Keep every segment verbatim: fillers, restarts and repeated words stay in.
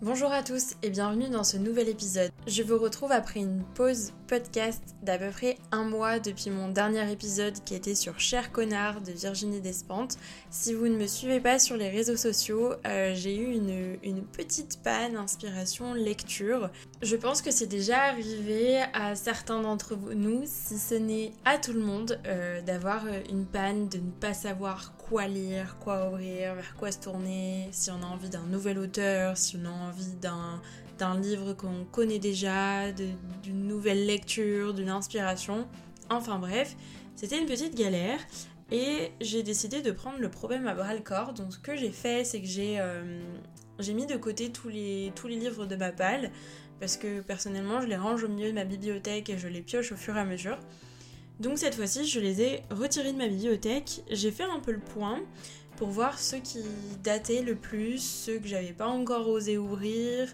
Bonjour à tous et bienvenue dans ce nouvel épisode. Je vous retrouve après une pause podcast d'à peu près un mois depuis mon dernier épisode qui était sur Cher Connard de Virginie Despentes. Si vous ne me suivez pas sur les réseaux sociaux, euh, j'ai eu une, une petite panne inspiration lecture. Je pense que c'est déjà arrivé à certains d'entre nous, si ce n'est à tout le monde, euh, d'avoir une panne, de ne pas savoir quoi lire, quoi ouvrir, vers quoi se tourner, si on a envie d'un nouvel auteur, si on a envie d'un, d'un livre qu'on connaît déjà, de, d'une nouvelle lecture, d'une inspiration. Enfin bref, c'était une petite galère et j'ai décidé de prendre le problème à bras le corps. Donc ce que j'ai fait, c'est que j'ai, euh, j'ai mis de côté tous les, tous les livres de ma palle parce que personnellement, je les range au milieu de ma bibliothèque et je les pioche au fur et à mesure. Donc cette fois-ci, je les ai retirés de ma bibliothèque. J'ai fait un peu le point pour voir ceux qui dataient le plus, ceux que j'avais pas encore osé ouvrir,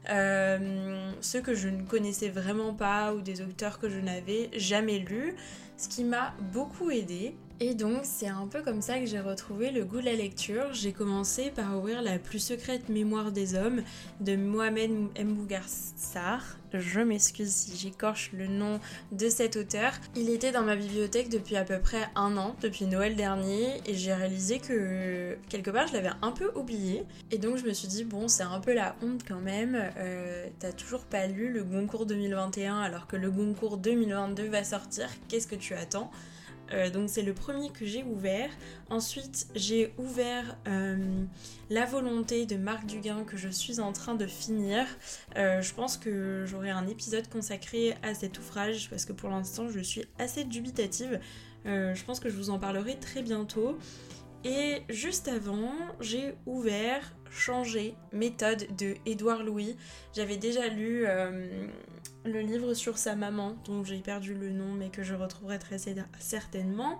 euh, ceux que je ne connaissais vraiment pas ou des auteurs que je n'avais jamais lus, ce qui m'a beaucoup aidée. Et donc c'est un peu comme ça que j'ai retrouvé le goût de la lecture. J'ai commencé par ouvrir La plus secrète mémoire des hommes de Mohamed Mbougar Sarr. Je m'excuse si j'écorche le nom de cet auteur. Il était dans ma bibliothèque depuis à peu près un an, depuis Noël dernier, et j'ai réalisé que quelque part je l'avais un peu oublié. Et donc je me suis dit bon, c'est un peu la honte quand même, euh, t'as toujours pas lu le Goncourt deux mille vingt et un alors que le Goncourt deux mille vingt-deux va sortir, qu'est-ce que tu attends ? Euh, donc c'est le premier que j'ai ouvert. Ensuite j'ai ouvert euh, La volonté de Marc Duguin que je suis en train de finir. Euh, je pense que j'aurai un épisode consacré à cet ouvrage parce que pour l'instant je suis assez dubitative. Euh, je pense que je vous en parlerai très bientôt. Et juste avant, j'ai ouvert Changer, méthode de Édouard Louis. J'avais déjà lu euh, le livre sur sa maman, dont j'ai perdu le nom, mais que je retrouverai très certainement.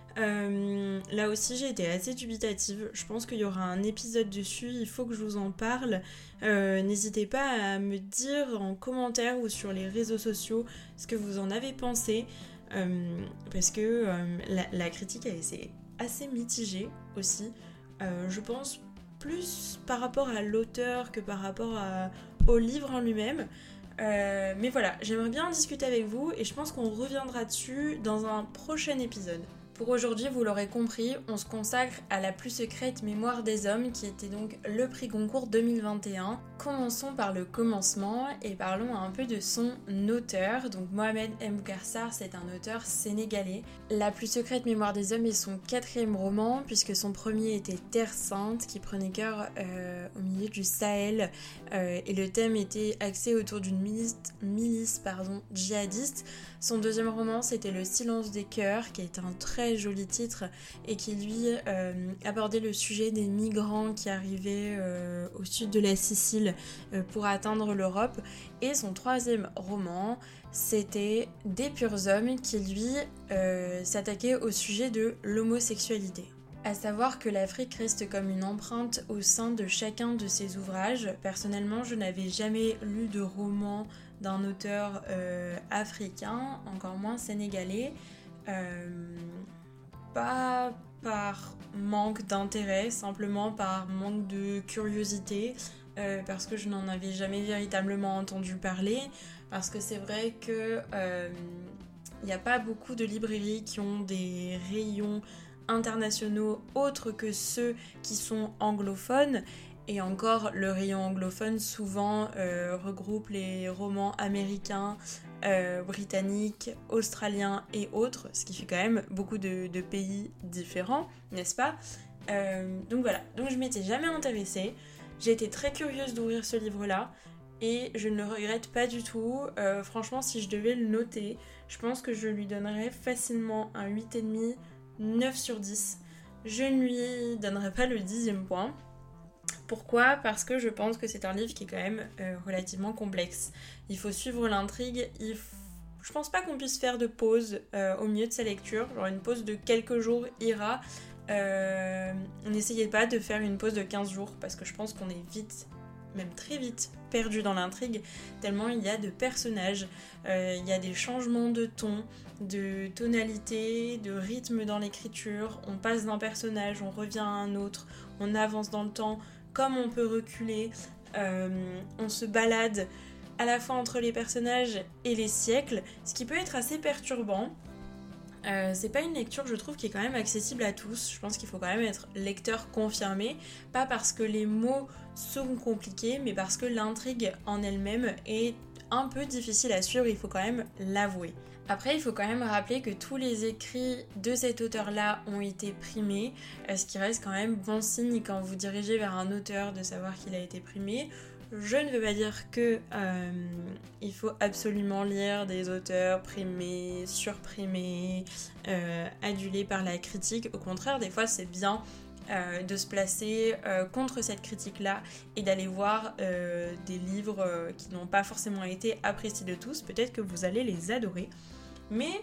Euh, là aussi, j'ai été assez dubitative. Je pense qu'il y aura un épisode dessus, il faut que je vous en parle. Euh, n'hésitez pas à me dire en commentaire ou sur les réseaux sociaux ce que vous en avez pensé, euh, parce que euh, la, la critique a essayé assez mitigé aussi, euh, je pense plus par rapport à l'auteur que par rapport à, au livre en lui-même, euh, mais voilà, j'aimerais bien en discuter avec vous et je pense qu'on reviendra dessus dans un prochain épisode. Pour aujourd'hui, vous l'aurez compris, on se consacre à La plus secrète mémoire des hommes qui était donc le prix Goncourt deux mille vingt et un. Commençons par le commencement et parlons un peu de son auteur. Donc Mohamed Mbougar Sarr, c'est un auteur sénégalais. La plus secrète mémoire des hommes est son quatrième roman puisque son premier était Terre Sainte qui prenait cœur euh, au milieu du Sahel euh, et le thème était axé autour d'une milice, milice pardon, djihadiste. Son deuxième roman c'était Le silence des cœurs qui est un très joli titre et qui lui euh, abordait le sujet des migrants qui arrivaient euh, au sud de la Sicile euh, pour atteindre l'Europe. Et son troisième roman c'était Des purs hommes qui lui euh, s'attaquait au sujet de l'homosexualité. À savoir que l'Afrique reste comme une empreinte au sein de chacun de ses ouvrages. Personnellement, je n'avais jamais lu de roman d'un auteur euh, africain, encore moins sénégalais. Euh, pas par manque d'intérêt, simplement par manque de curiosité, euh, parce que je n'en avais jamais véritablement entendu parler, parce que c'est vrai que euh, y a pas beaucoup de librairies qui ont des rayons internationaux autres que ceux qui sont anglophones. Et encore, le rayon anglophone souvent euh, regroupe les romans américains, euh, britanniques, australiens et autres, ce qui fait quand même beaucoup de, de pays différents, n'est-ce pas ? euh, Donc voilà, donc je m'étais jamais intéressée. J'ai été très curieuse d'ouvrir ce livre-là et je ne le regrette pas du tout. Euh, franchement, si je devais le noter, je pense que je lui donnerais facilement un huit virgule cinq, neuf sur dix. Je ne lui donnerais pas le dixième point. Pourquoi ? Parce que je pense que c'est un livre qui est quand même euh, relativement complexe. Il faut suivre l'intrigue, il f... je pense pas qu'on puisse faire de pause euh, au milieu de sa lecture, genre une pause de quelques jours ira. Euh, n'essayez pas de faire une pause de quinze jours parce que je pense qu'on est vite, même très vite, perdu dans l'intrigue, tellement il y a de personnages, euh, il y a des changements de ton, de tonalité, de rythme dans l'écriture, on passe d'un personnage, on revient à un autre, on avance dans le temps, comme on peut reculer, euh, on se balade à la fois entre les personnages et les siècles, ce qui peut être assez perturbant. Euh, c'est pas une lecture, je trouve, qui est quand même accessible à tous. Je pense qu'il faut quand même être lecteur confirmé, pas parce que les mots sont compliqués, mais parce que l'intrigue en elle-même est un peu difficile à suivre, il faut quand même l'avouer. Après, il faut quand même rappeler que tous les écrits de cet auteur-là ont été primés, ce qui reste quand même bon signe quand vous dirigez vers un auteur de savoir qu'il a été primé. Je ne veux pas dire que euh, il faut absolument lire des auteurs primés, surprimés, euh, adulés par la critique. Au contraire, des fois, c'est bien euh, de se placer euh, contre cette critique-là et d'aller voir euh, des livres euh, qui n'ont pas forcément été appréciés de tous. Peut-être que vous allez les adorer. Mais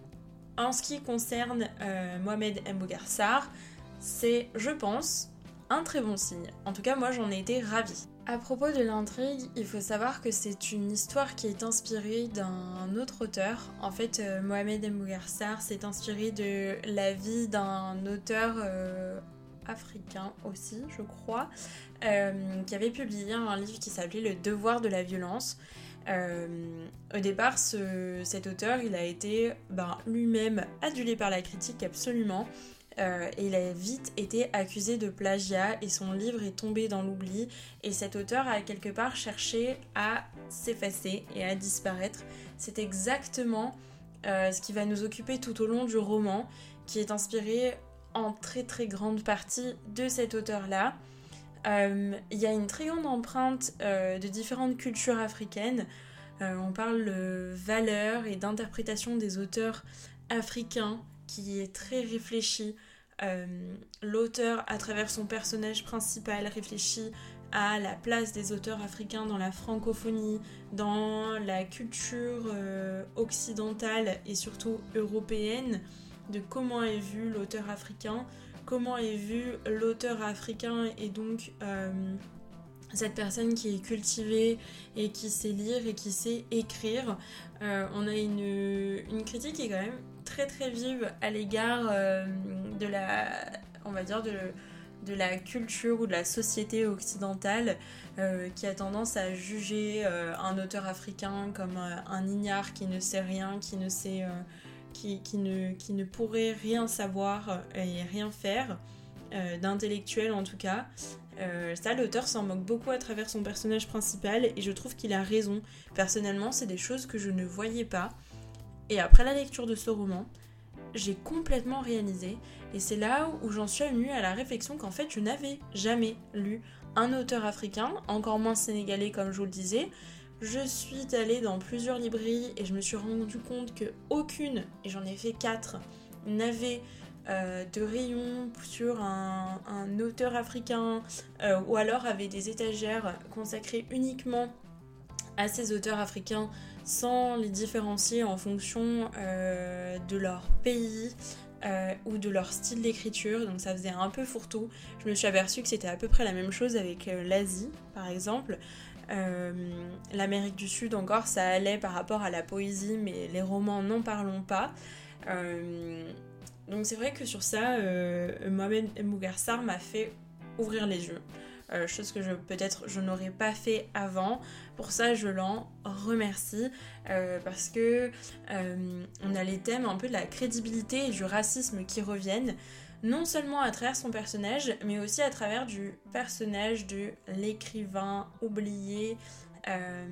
en ce qui concerne euh, Mohamed Mbougar Sarr, c'est, je pense, un très bon signe. En tout cas, moi, j'en ai été ravie. À propos de l'intrigue, il faut savoir que c'est une histoire qui est inspirée d'un autre auteur. En fait, euh, Mohamed Mbougar Sarr s'est inspiré de la vie d'un auteur euh, africain aussi, je crois, euh, qui avait publié un livre qui s'appelait Le devoir de la violence. Euh, au départ, ce, cet auteur, il a été ben, lui-même adulé par la critique absolument. Euh, et il a vite été accusé de plagiat et son livre est tombé dans l'oubli et cet auteur a quelque part cherché à s'effacer et à disparaître. C'est exactement euh, ce qui va nous occuper tout au long du roman, qui est inspiré en très très grande partie de cet auteur-là. Euh, il y a une très grande empreinte euh, de différentes cultures africaines. Euh, on parle de valeurs et d'interprétation des auteurs africains qui est très réfléchi. Euh, l'auteur, à travers son personnage principal, réfléchit à la place des auteurs africains dans la francophonie, dans la culture euh, occidentale et surtout européenne, de comment est vu l'auteur africain, comment est vu l'auteur africain et donc euh, cette personne qui est cultivée et qui sait lire et qui sait écrire. Euh, on a une, une critique qui est quand même très très vive à l'égard euh, de la, on va dire, de, de la culture ou de la société occidentale euh, qui a tendance à juger euh, un auteur africain comme euh, un ignare qui ne sait rien, qui ne sait, euh, qui, qui, ne, qui ne pourrait rien savoir et rien faire, euh, d'intellectuel en tout cas. Euh, ça, l'auteur s'en moque beaucoup à travers son personnage principal et je trouve qu'il a raison. Personnellement, c'est des choses que je ne voyais pas. Et après la lecture de ce roman, j'ai complètement réalisé, et c'est là où j'en suis venue à la réflexion qu'en fait je n'avais jamais lu un auteur africain, encore moins sénégalais comme je vous le disais. Je suis allée dans plusieurs librairies et je me suis rendu compte que aucune, et j'en ai fait quatre, n'avait euh, de rayon sur un, un auteur africain, euh, ou alors avait des étagères consacrées uniquement à ces auteurs africains sans les différencier en fonction euh, de leur pays euh, ou de leur style d'écriture, donc ça faisait un peu fourre-tout. Je me suis aperçue que c'était à peu près la même chose avec euh, l'Asie par exemple. Euh, L'Amérique du Sud encore ça allait par rapport à la poésie, mais les romans n'en parlons pas. Euh, donc c'est vrai que sur ça, euh, Mohamed Mbougar Sarr m'a fait ouvrir les yeux. Euh, chose que je, peut-être je n'aurais pas fait avant. Pour ça, je l'en remercie euh, parce que euh, on a les thèmes un peu de la crédibilité et du racisme qui reviennent, non seulement à travers son personnage, mais aussi à travers du personnage de l'écrivain oublié euh,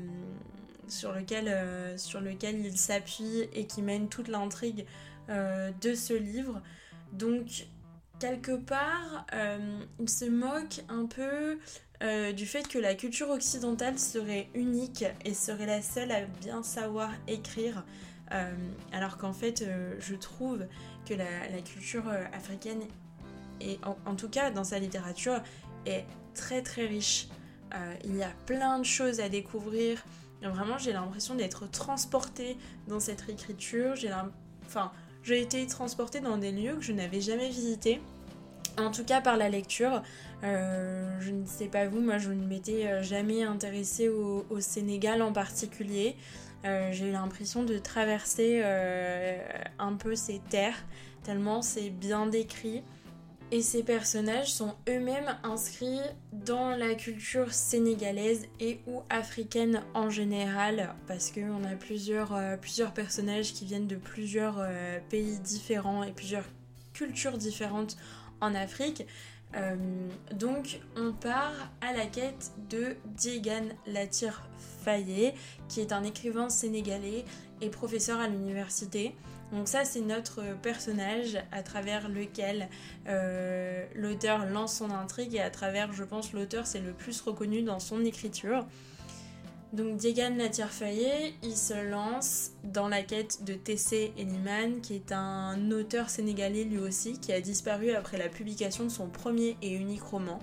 sur lequel, euh, sur lequel il s'appuie et qui mène toute l'intrigue euh, de ce livre. Donc quelque part, euh, il se moque un peu euh, du fait que la culture occidentale serait unique et serait la seule à bien savoir écrire, euh, alors qu'en fait, euh, je trouve que la, la culture africaine, et en, en tout cas dans sa littérature, est très très riche. Euh, il y a plein de choses à découvrir. Vraiment, j'ai l'impression d'être transportée dans cette écriture. J'ai l'im... enfin, j'ai été transportée dans des lieux que je n'avais jamais visités, en tout cas par la lecture. Euh, je ne sais pas vous, moi je ne m'étais jamais intéressée au, au Sénégal en particulier. Euh, j'ai eu l'impression de traverser euh, un peu ces terres, tellement c'est bien décrit. Et ces personnages sont eux-mêmes inscrits dans la culture sénégalaise et ou africaine en général, parce qu'on a plusieurs, euh, plusieurs personnages qui viennent de plusieurs euh, pays différents et plusieurs cultures différentes en Afrique. Euh, donc on part à la quête de Diégan Latir Fayé, qui est un écrivain sénégalais et professeur à l'université. Donc ça, c'est notre personnage à travers lequel euh, l'auteur lance son intrigue, et à travers, je pense, l'auteur c'est le plus reconnu dans son écriture. Donc Diégan Latir Fayé, il se lance dans la quête de Tessé Eliman, qui est un auteur sénégalais lui aussi, qui a disparu après la publication de son premier et unique roman,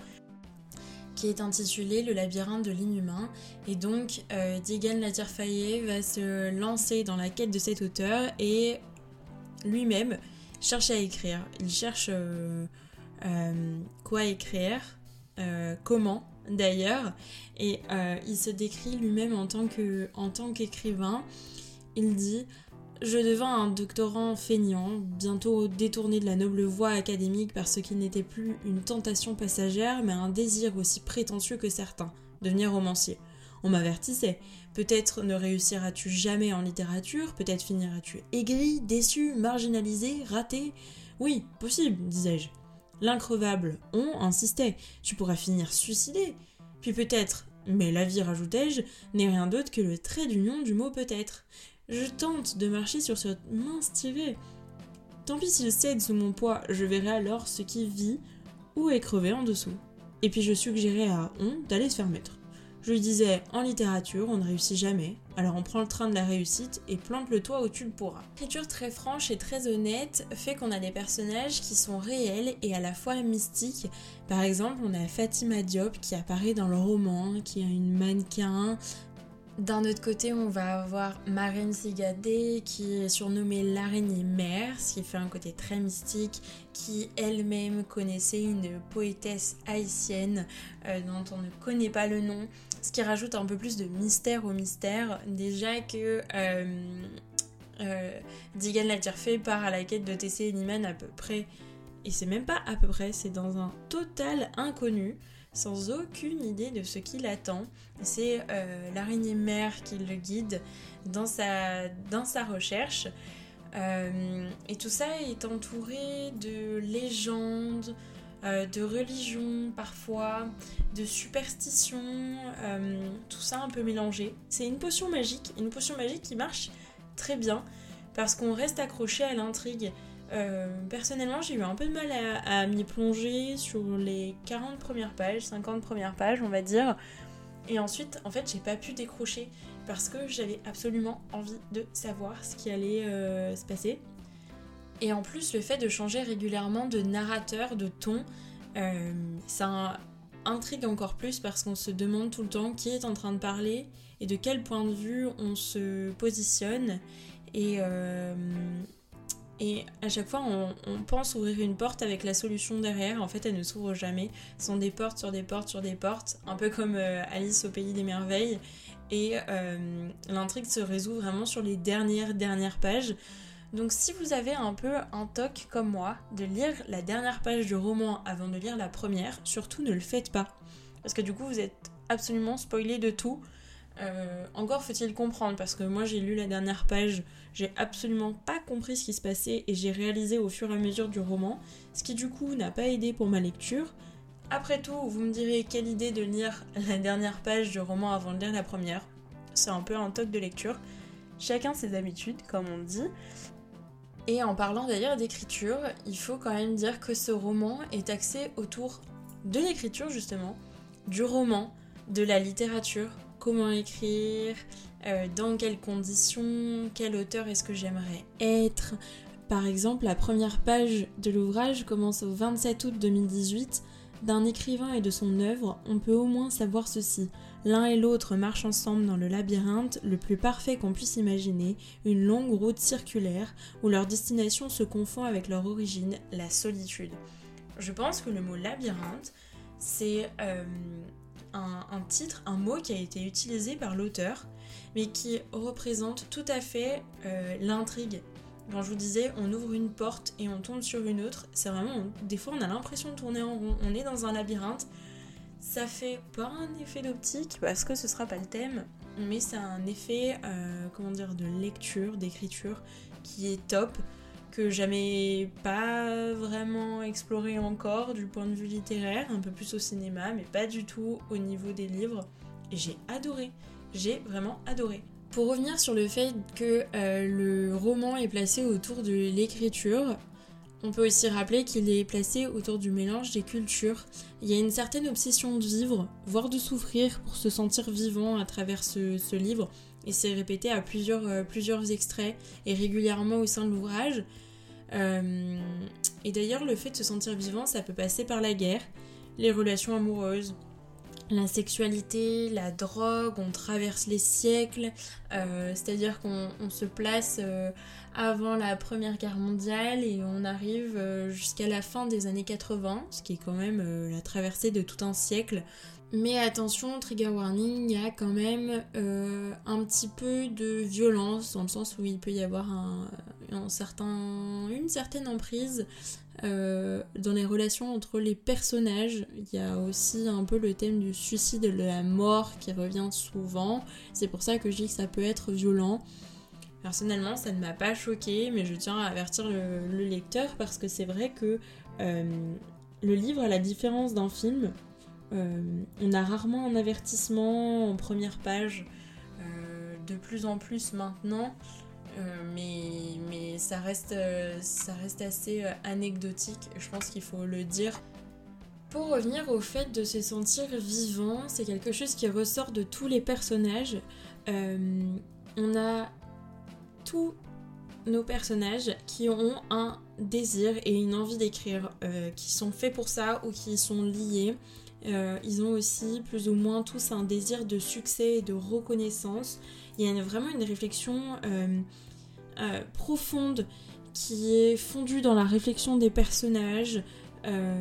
qui est intitulé Le labyrinthe de l'inhumain. Et donc euh, Diégan Latir Fayé va se lancer dans la quête de cet auteur et lui-même cherche à écrire. Il cherche euh, euh, quoi écrire, euh, comment d'ailleurs, et euh, il se décrit lui-même en tant que, en tant qu'écrivain. Il dit « Je devins un doctorant feignant, bientôt détourné de la noble voie académique par ce qui n'était plus une tentation passagère, mais un désir aussi prétentieux que certain, devenir romancier. On m'avertissait. Peut-être ne réussiras-tu jamais en littérature, peut-être finiras-tu aigri, déçu, marginalisé, raté. Oui, possible, disais-je. L'increvable on insistait. Tu pourras finir suicidé. Puis peut-être, mais la vie, rajoutai-je, n'est rien d'autre que le trait d'union du mot peut-être. Je tente de marcher sur cette mince tirée. Tant pis s'il cède sous mon poids, je verrai alors ce qui vit ou est crevé en dessous. Et puis je suggérais à on d'aller se faire mettre. Je lui disais, en littérature, on ne réussit jamais, alors on prend le train de la réussite et plante le toit où tu le pourras. L'écriture très franche et très honnête fait qu'on a des personnages qui sont réels et à la fois mystiques. Par exemple, on a Fatima Diop qui apparaît dans le roman, qui a une mannequin. D'un autre côté, on va avoir Marème Sigadé qui est surnommée l'araignée mère, ce qui fait un côté très mystique, qui elle-même connaissait une poétesse haïtienne euh, dont on ne connaît pas le nom, ce qui rajoute un peu plus de mystère au mystère. Déjà que euh, euh, Diégan Latir Fayé part à la quête de Tessé Eliman à peu près, et c'est même pas à peu près, c'est dans un total inconnu, sans aucune idée de ce qui l'attend. C'est euh, l'araignée mère qui le guide dans sa, dans sa recherche. Euh, et tout ça est entouré de légendes, euh, de religions parfois, de superstitions, euh, tout ça un peu mélangé. C'est une potion magique, une potion magique qui marche très bien parce qu'on reste accroché à l'intrigue. Euh, personnellement, j'ai eu un peu de mal à, à m'y plonger sur les quarante premières pages, cinquante premières pages, on va dire. Et ensuite, en fait, j'ai pas pu décrocher parce que j'avais absolument envie de savoir ce qui allait euh, se passer. Et en plus, le fait de changer régulièrement de narrateur, de ton, euh, ça intrigue encore plus parce qu'on se demande tout le temps qui est en train de parler et de quel point de vue on se positionne. Et... Euh, Et à chaque fois, on, on pense ouvrir une porte avec la solution derrière. En fait, elle ne s'ouvre jamais. Ce sont des portes sur des portes sur des portes, un peu comme euh, Alice au Pays des Merveilles. Et euh, l'intrigue se résout vraiment sur les dernières, dernières pages. Donc si vous avez un peu un toc comme moi de lire la dernière page du roman avant de lire la première, surtout ne le faites pas. Parce que du coup, vous êtes absolument spoilé de tout. Euh, encore faut-il comprendre, parce que moi j'ai lu la dernière page, j'ai absolument pas compris ce qui se passait et j'ai réalisé au fur et à mesure du roman, ce qui du coup n'a pas aidé pour ma lecture. Après tout, vous me direz quelle idée de lire la dernière page du roman avant de lire la première. C'est un peu un toc de lecture. Chacun ses habitudes, comme on dit. Et en parlant d'ailleurs d'écriture, il faut quand même dire que ce roman est axé autour de l'écriture justement, du roman, de la littérature. Comment écrire, euh, dans quelles conditions, quel auteur est-ce que j'aimerais être. Par exemple, la première page de l'ouvrage commence au vingt-sept août deux mille dix-huit. D'un écrivain et de son œuvre, on peut au moins savoir ceci. L'un et l'autre marchent ensemble dans le labyrinthe, le plus parfait qu'on puisse imaginer, une longue route circulaire où leur destination se confond avec leur origine, la solitude. Je pense que le mot labyrinthe, c'est... Euh, Un, un titre, un mot qui a été utilisé par l'auteur, mais qui représente tout à fait euh, l'intrigue Quand je vous disais, on ouvre une porte et on tombe sur une autre, c'est vraiment, on, des fois on a l'impression de tourner en rond, on est dans un labyrinthe. Ça fait pas un effet d'optique, parce que ce sera pas le thème, mais c'est un effet, euh, comment dire, de lecture, d'écriture, qui est top, que j'avais pas vraiment exploré encore du point de vue littéraire, un peu plus au cinéma, mais pas du tout au niveau des livres. Et j'ai adoré, j'ai vraiment adoré. Pour revenir sur le fait que euh, le roman est placé autour de l'écriture, on peut aussi rappeler qu'il est placé autour du mélange des cultures. Il y a une certaine obsession de vivre, voire de souffrir pour se sentir vivant à travers ce, ce livre, et c'est répété à plusieurs, euh, plusieurs extraits et régulièrement au sein de l'ouvrage. Euh, et d'ailleurs, le fait de se sentir vivant, ça peut passer par la guerre, les relations amoureuses, la sexualité, la drogue, on traverse les siècles, euh, c'est-à-dire qu'on on se place euh, avant la Première Guerre mondiale et on arrive euh, jusqu'à la fin des années quatre-vingts, ce qui est quand même euh, la traversée de tout un siècle. Mais attention, trigger warning, il y a quand même euh, un petit peu de violence, dans le sens où il peut y avoir un, un certain, une certaine emprise euh, dans les relations entre les personnages. Il y a aussi un peu le thème du suicide et de la mort qui revient souvent. C'est pour ça que je dis que ça peut être violent. Personnellement, ça ne m'a pas choquée, mais je tiens à avertir le, le lecteur parce que c'est vrai que euh, le livre, à la différence d'un film, Euh, on a rarement un avertissement en première page, euh, de plus en plus maintenant, euh, mais, mais ça, reste, euh, ça reste assez euh, anecdotique, je pense qu'il faut le dire. Pour revenir au fait de se sentir vivant, c'est quelque chose qui ressort de tous les personnages. Euh, on a tous nos personnages qui ont un désir et une envie d'écrire, euh, qui sont faits pour ça ou qui sont liés. Euh, ils ont aussi plus ou moins tous un désir de succès et de reconnaissance. Il y a une, vraiment une réflexion euh, euh, profonde qui est fondue dans la réflexion des personnages. Euh,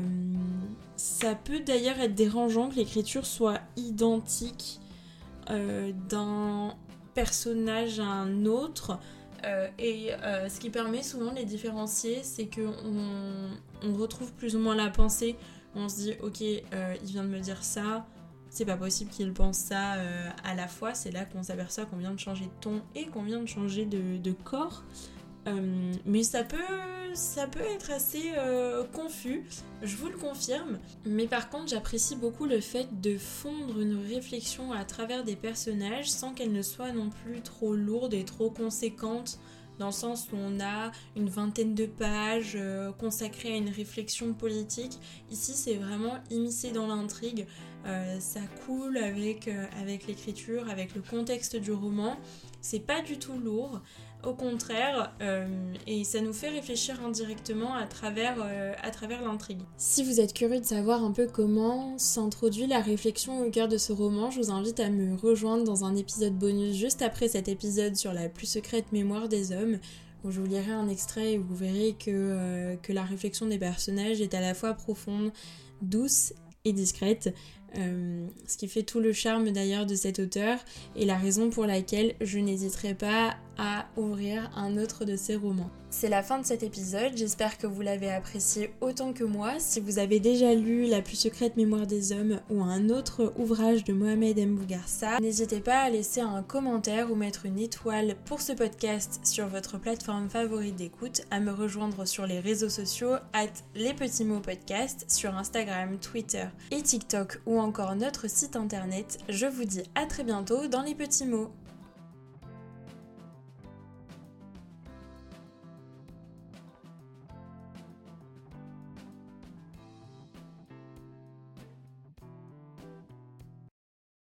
ça peut d'ailleurs être dérangeant que l'écriture soit identique euh, d'un personnage à un autre. Euh, et euh, ce qui permet souvent de les différencier, c'est qu'on on retrouve plus ou moins la pensée. On se dit, ok, euh, il vient de me dire ça, c'est pas possible qu'il pense ça euh, à la fois. C'est là qu'on s'aperçoit qu'on vient de changer de ton et qu'on vient de changer de, de corps. Euh, mais ça peut, ça peut être assez euh, confus, je vous le confirme. Mais par contre, j'apprécie beaucoup le fait de fondre une réflexion à travers des personnages sans qu'elle ne soit non plus trop lourde et trop conséquente, dans le sens où on a une vingtaine de pages euh, consacrées à une réflexion politique. Ici, c'est vraiment immiscé dans l'intrigue. Euh, ça coule avec, euh, avec l'écriture, avec le contexte du roman. C'est pas du tout lourd, au contraire, euh, et ça nous fait réfléchir indirectement à travers, euh, à travers l'intrigue. Si vous êtes curieux de savoir un peu comment s'introduit la réflexion au cœur de ce roman, je vous invite à me rejoindre dans un épisode bonus juste après cet épisode sur la plus secrète mémoire des hommes, où je vous lirai un extrait et vous verrez que, euh, que la réflexion des personnages est à la fois profonde, douce et discrète. Euh, ce qui fait tout le charme d'ailleurs de cet auteur et la raison pour laquelle je n'hésiterai pas à ouvrir un autre de ses romans. C'est la fin de cet épisode, j'espère que vous l'avez apprécié autant que moi. Si vous avez déjà lu La plus secrète mémoire des hommes ou un autre ouvrage de Mohamed M. Bougarsa, n'hésitez pas à laisser un commentaire ou mettre une étoile pour ce podcast sur votre plateforme favorite d'écoute, à me rejoindre sur les réseaux sociaux arobase les petits mots podcast sur Instagram, Twitter et TikTok ou encore notre site internet. Je vous dis à très bientôt dans les petits mots.